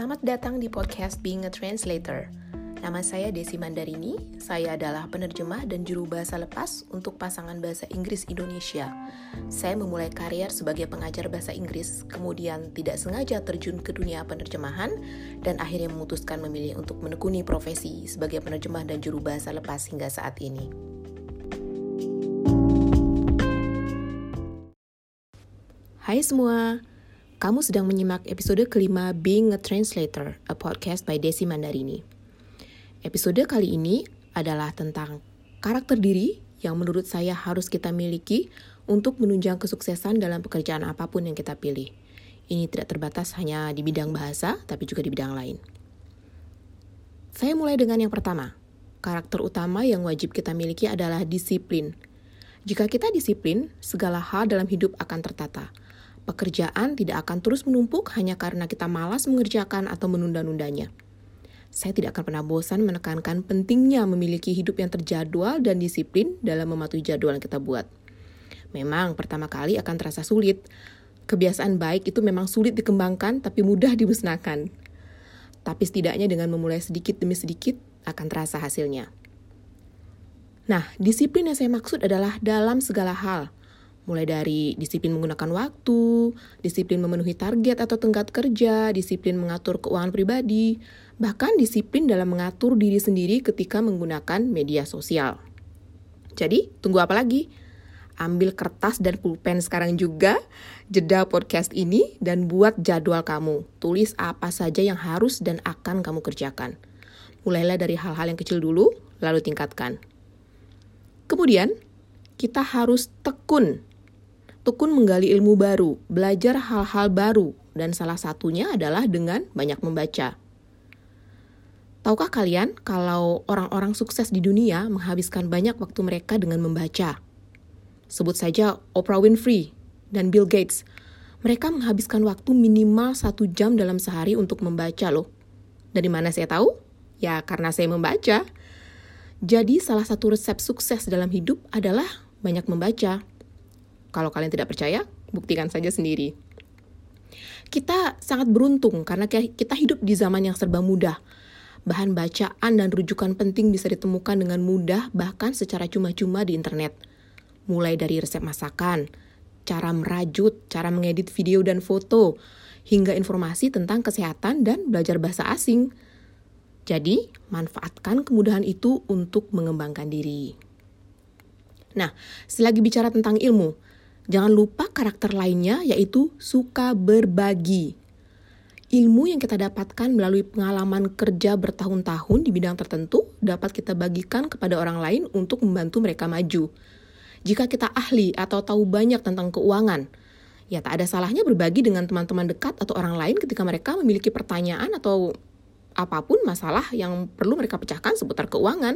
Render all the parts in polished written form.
Selamat datang di podcast Being a Translator. Nama saya Desi Mandarini, saya adalah penerjemah dan juru bahasa lepas untuk pasangan bahasa Inggris Indonesia. Saya memulai karier sebagai pengajar bahasa Inggris, kemudian tidak sengaja terjun ke dunia penerjemahan, dan akhirnya memutuskan memilih untuk menekuni profesi sebagai penerjemah dan juru bahasa lepas hingga saat ini. Hai semua! Kamu sedang menyimak episode kelima Being a Translator, a podcast by Desi Mandarini. Episode kali ini adalah tentang karakter diri yang menurut saya harus kita miliki untuk menunjang kesuksesan dalam pekerjaan apapun yang kita pilih. Ini tidak terbatas hanya di bidang bahasa, tapi juga di bidang lain. Saya mulai dengan yang pertama. Karakter utama yang wajib kita miliki adalah disiplin. Jika kita disiplin, segala hal dalam hidup akan tertata. Pekerjaan tidak akan terus menumpuk hanya karena kita malas mengerjakan atau menunda-nundanya. Saya tidak akan pernah bosan menekankan pentingnya memiliki hidup yang terjadwal dan disiplin dalam mematuhi jadwal yang kita buat. Memang pertama kali akan terasa sulit. Kebiasaan baik itu memang sulit dikembangkan tapi mudah dimusnahkan. Tapi setidaknya dengan memulai sedikit demi sedikit akan terasa hasilnya. Nah, disiplin yang saya maksud adalah dalam segala hal. Mulai dari disiplin menggunakan waktu, disiplin memenuhi target atau tenggat kerja, disiplin mengatur keuangan pribadi, bahkan disiplin dalam mengatur diri sendiri ketika menggunakan media sosial. Jadi, tunggu apa lagi? Ambil kertas dan pulpen sekarang juga, jeda podcast ini, dan buat jadwal kamu. Tulis apa saja yang harus dan akan kamu kerjakan. Mulailah dari hal-hal yang kecil dulu, lalu tingkatkan. Kemudian, kita harus tekun menggali ilmu baru, belajar hal-hal baru, dan salah satunya adalah dengan banyak membaca. Tahukah kalian kalau orang-orang sukses di dunia menghabiskan banyak waktu mereka dengan membaca? Sebut saja Oprah Winfrey dan Bill Gates. Mereka menghabiskan waktu minimal 1 jam dalam sehari untuk membaca loh. Dari mana saya tahu? Ya karena saya membaca. Jadi salah satu resep sukses dalam hidup adalah banyak membaca. Kalau kalian tidak percaya, buktikan saja sendiri. Kita sangat beruntung karena kita hidup di zaman yang serba mudah. Bahan bacaan dan rujukan penting bisa ditemukan dengan mudah bahkan secara cuma-cuma di internet. Mulai dari resep masakan, cara merajut, cara mengedit video dan foto, hingga informasi tentang kesehatan dan belajar bahasa asing. Jadi, manfaatkan kemudahan itu untuk mengembangkan diri. Nah, selagi bicara tentang ilmu, jangan lupa karakter lainnya yaitu suka berbagi. Ilmu yang kita dapatkan melalui pengalaman kerja bertahun-tahun di bidang tertentu dapat kita bagikan kepada orang lain untuk membantu mereka maju. Jika kita ahli atau tahu banyak tentang keuangan, ya tak ada salahnya berbagi dengan teman-teman dekat atau orang lain ketika mereka memiliki pertanyaan atau apapun masalah yang perlu mereka pecahkan seputar keuangan.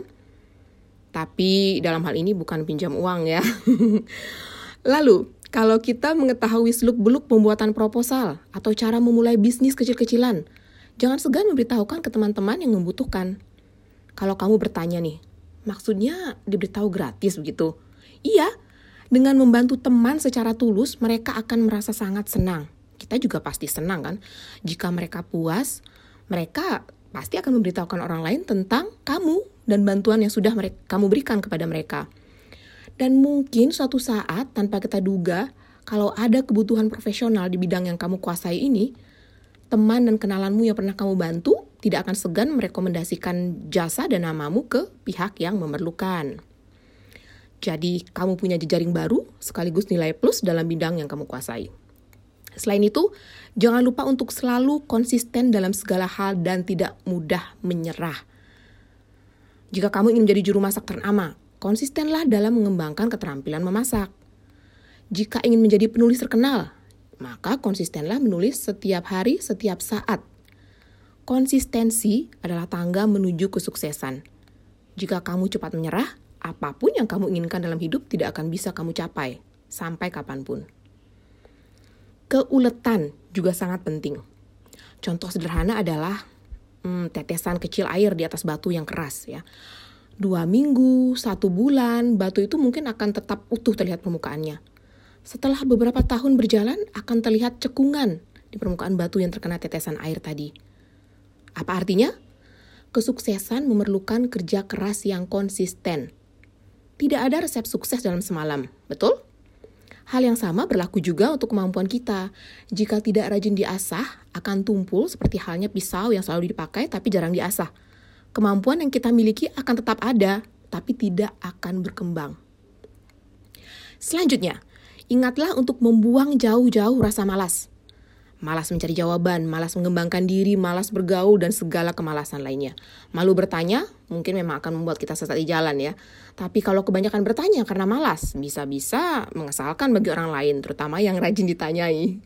Tapi dalam hal ini bukan pinjam uang ya. Lalu, kalau kita mengetahui seluk-beluk pembuatan proposal atau cara memulai bisnis kecil-kecilan, jangan segan memberitahukan ke teman-teman yang membutuhkan. Kalau kamu bertanya nih, maksudnya diberitahu gratis begitu? Iya, dengan membantu teman secara tulus, mereka akan merasa sangat senang. Kita juga pasti senang kan? Jika mereka puas, mereka pasti akan memberitahukan orang lain tentang kamu dan bantuan yang sudah kamu berikan kepada mereka. Dan mungkin suatu saat tanpa kita duga, kalau ada kebutuhan profesional di bidang yang kamu kuasai ini, teman dan kenalanmu yang pernah kamu bantu tidak akan segan merekomendasikan jasa dan namamu ke pihak yang memerlukan. Jadi kamu punya jejaring baru sekaligus nilai plus dalam bidang yang kamu kuasai. Selain itu, jangan lupa untuk selalu konsisten dalam segala hal dan tidak mudah menyerah. Jika kamu ingin menjadi juru masak ternama, konsistenlah dalam mengembangkan keterampilan memasak. Jika ingin menjadi penulis terkenal, maka konsistenlah menulis setiap hari, setiap saat. Konsistensi adalah tangga menuju kesuksesan. Jika kamu cepat menyerah, apapun yang kamu inginkan dalam hidup tidak akan bisa kamu capai, sampai kapanpun. Keuletan juga sangat penting. Contoh sederhana adalah tetesan kecil air di atas batu yang keras ya. 2 minggu, 1 bulan, batu itu mungkin akan tetap utuh terlihat permukaannya. Setelah beberapa tahun berjalan, akan terlihat cekungan di permukaan batu yang terkena tetesan air tadi. Apa artinya? Kesuksesan memerlukan kerja keras yang konsisten. Tidak ada resep sukses dalam semalam, betul? Hal yang sama berlaku juga untuk kemampuan kita. Jika tidak rajin diasah, akan tumpul seperti halnya pisau yang selalu dipakai tapi jarang diasah. Kemampuan yang kita miliki akan tetap ada, tapi tidak akan berkembang. Selanjutnya, ingatlah untuk membuang jauh-jauh rasa malas. Malas mencari jawaban, malas mengembangkan diri, malas bergaul, dan segala kemalasan lainnya. Malu bertanya, mungkin memang akan membuat kita sesat di jalan ya. Tapi kalau kebanyakan bertanya karena malas, bisa-bisa mengesalkan bagi orang lain, terutama yang rajin ditanyai.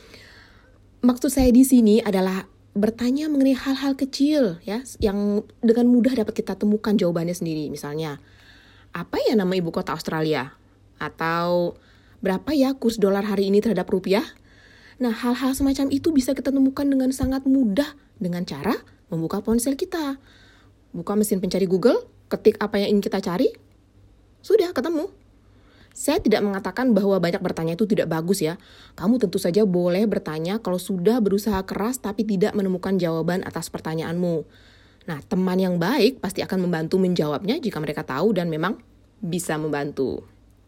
Maksud saya di sini adalah bertanya mengenai hal-hal kecil ya, yang dengan mudah dapat kita temukan jawabannya sendiri. Misalnya, apa ya nama ibu kota Australia? Atau berapa ya kurs dolar hari ini terhadap rupiah? Nah, hal-hal semacam itu bisa kita temukan dengan sangat mudah dengan cara membuka ponsel kita. Buka mesin pencari Google, ketik apa yang ingin kita cari, sudah ketemu. Saya tidak mengatakan bahwa banyak bertanya itu tidak bagus ya. Kamu tentu saja boleh bertanya kalau sudah berusaha keras tapi tidak menemukan jawaban atas pertanyaanmu. Nah, teman yang baik pasti akan membantu menjawabnya jika mereka tahu dan memang bisa membantu.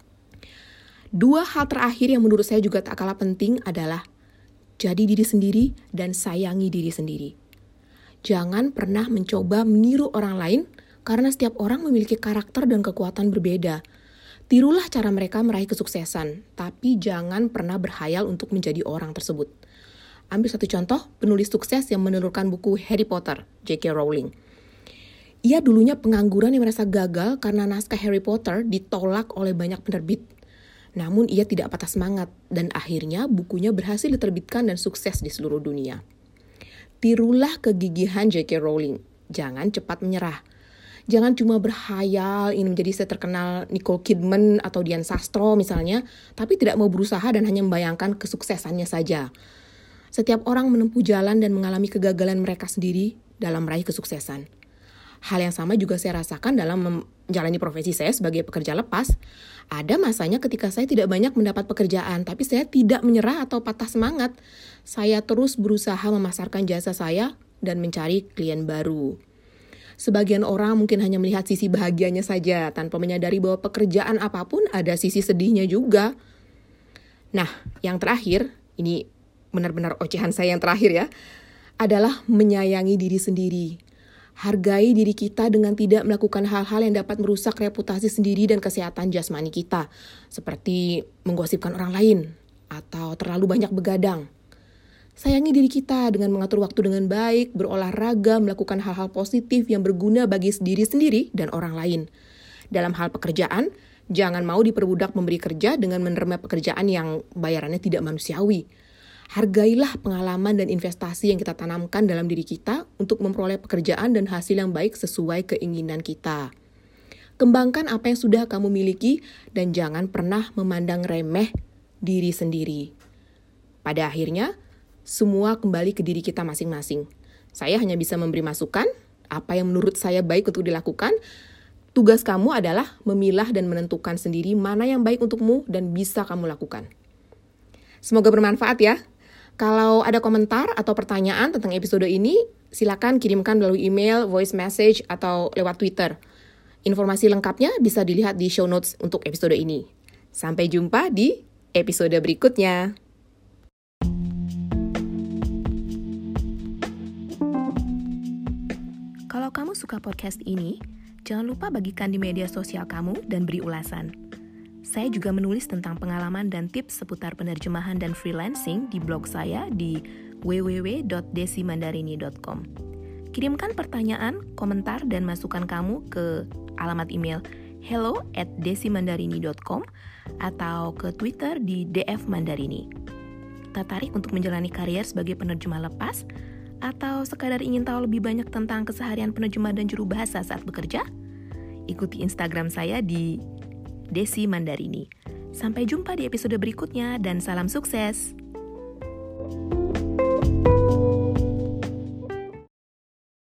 2 hal terakhir yang menurut saya juga tak kalah penting adalah jadi diri sendiri dan sayangi diri sendiri. Jangan pernah mencoba meniru orang lain karena setiap orang memiliki karakter dan kekuatan berbeda. Tirulah cara mereka meraih kesuksesan, tapi jangan pernah berhayal untuk menjadi orang tersebut. Ambil satu contoh, penulis sukses yang menelurkan buku Harry Potter, J.K. Rowling. Ia dulunya pengangguran yang merasa gagal karena naskah Harry Potter ditolak oleh banyak penerbit. Namun ia tidak patah semangat dan akhirnya bukunya berhasil diterbitkan dan sukses di seluruh dunia. Tirulah kegigihan J.K. Rowling. Jangan cepat menyerah. Jangan cuma berhayal ingin menjadi seterkenal Nicole Kidman atau Dian Sastro misalnya, tapi tidak mau berusaha dan hanya membayangkan kesuksesannya saja. Setiap orang menempuh jalan dan mengalami kegagalan mereka sendiri dalam meraih kesuksesan. Hal yang sama juga saya rasakan dalam menjalani profesi saya sebagai pekerja lepas. Ada masanya ketika saya tidak banyak mendapat pekerjaan, tapi saya tidak menyerah atau patah semangat. Saya terus berusaha memasarkan jasa saya dan mencari klien baru. Sebagian orang mungkin hanya melihat sisi bahagianya saja, tanpa menyadari bahwa pekerjaan apapun ada sisi sedihnya juga. Nah, yang terakhir, ini benar-benar ocehan saya yang terakhir ya, adalah menyayangi diri sendiri. Hargai diri kita dengan tidak melakukan hal-hal yang dapat merusak reputasi sendiri dan kesehatan jasmani kita, seperti menggosipkan orang lain atau terlalu banyak begadang. Sayangi diri kita dengan mengatur waktu dengan baik, berolahraga, melakukan hal-hal positif yang berguna bagi diri sendiri dan orang lain. Dalam hal pekerjaan, jangan mau diperbudak memberi kerja dengan menerima pekerjaan yang bayarannya tidak manusiawi. Hargailah pengalaman dan investasi yang kita tanamkan dalam diri kita untuk memperoleh pekerjaan dan hasil yang baik sesuai keinginan kita. Kembangkan apa yang sudah kamu miliki dan jangan pernah memandang remeh diri sendiri. Pada akhirnya, semua kembali ke diri kita masing-masing. Saya hanya bisa memberi masukan, apa yang menurut saya baik untuk dilakukan. Tugas kamu adalah memilah dan menentukan sendiri mana yang baik untukmu dan bisa kamu lakukan. Semoga bermanfaat ya. Kalau ada komentar atau pertanyaan tentang episode ini, silakan kirimkan melalui email, voice message, atau lewat Twitter. Informasi lengkapnya bisa dilihat di show notes untuk episode ini. Sampai jumpa di episode berikutnya. Kalau kamu suka podcast ini, jangan lupa bagikan di media sosial kamu dan beri ulasan. Saya juga menulis tentang pengalaman dan tips seputar penerjemahan dan freelancing di blog saya di www.desimandarini.com. Kirimkan pertanyaan, komentar, dan masukan kamu ke alamat email hello@desimandarini.com atau ke Twitter di @dfmandarini. Tertarik untuk menjalani karier sebagai penerjemah lepas? Atau sekadar ingin tahu lebih banyak tentang keseharian penerjemah dan juru bahasa saat bekerja? Ikuti Instagram saya di Desi Mandarini. Sampai jumpa di episode berikutnya dan salam sukses!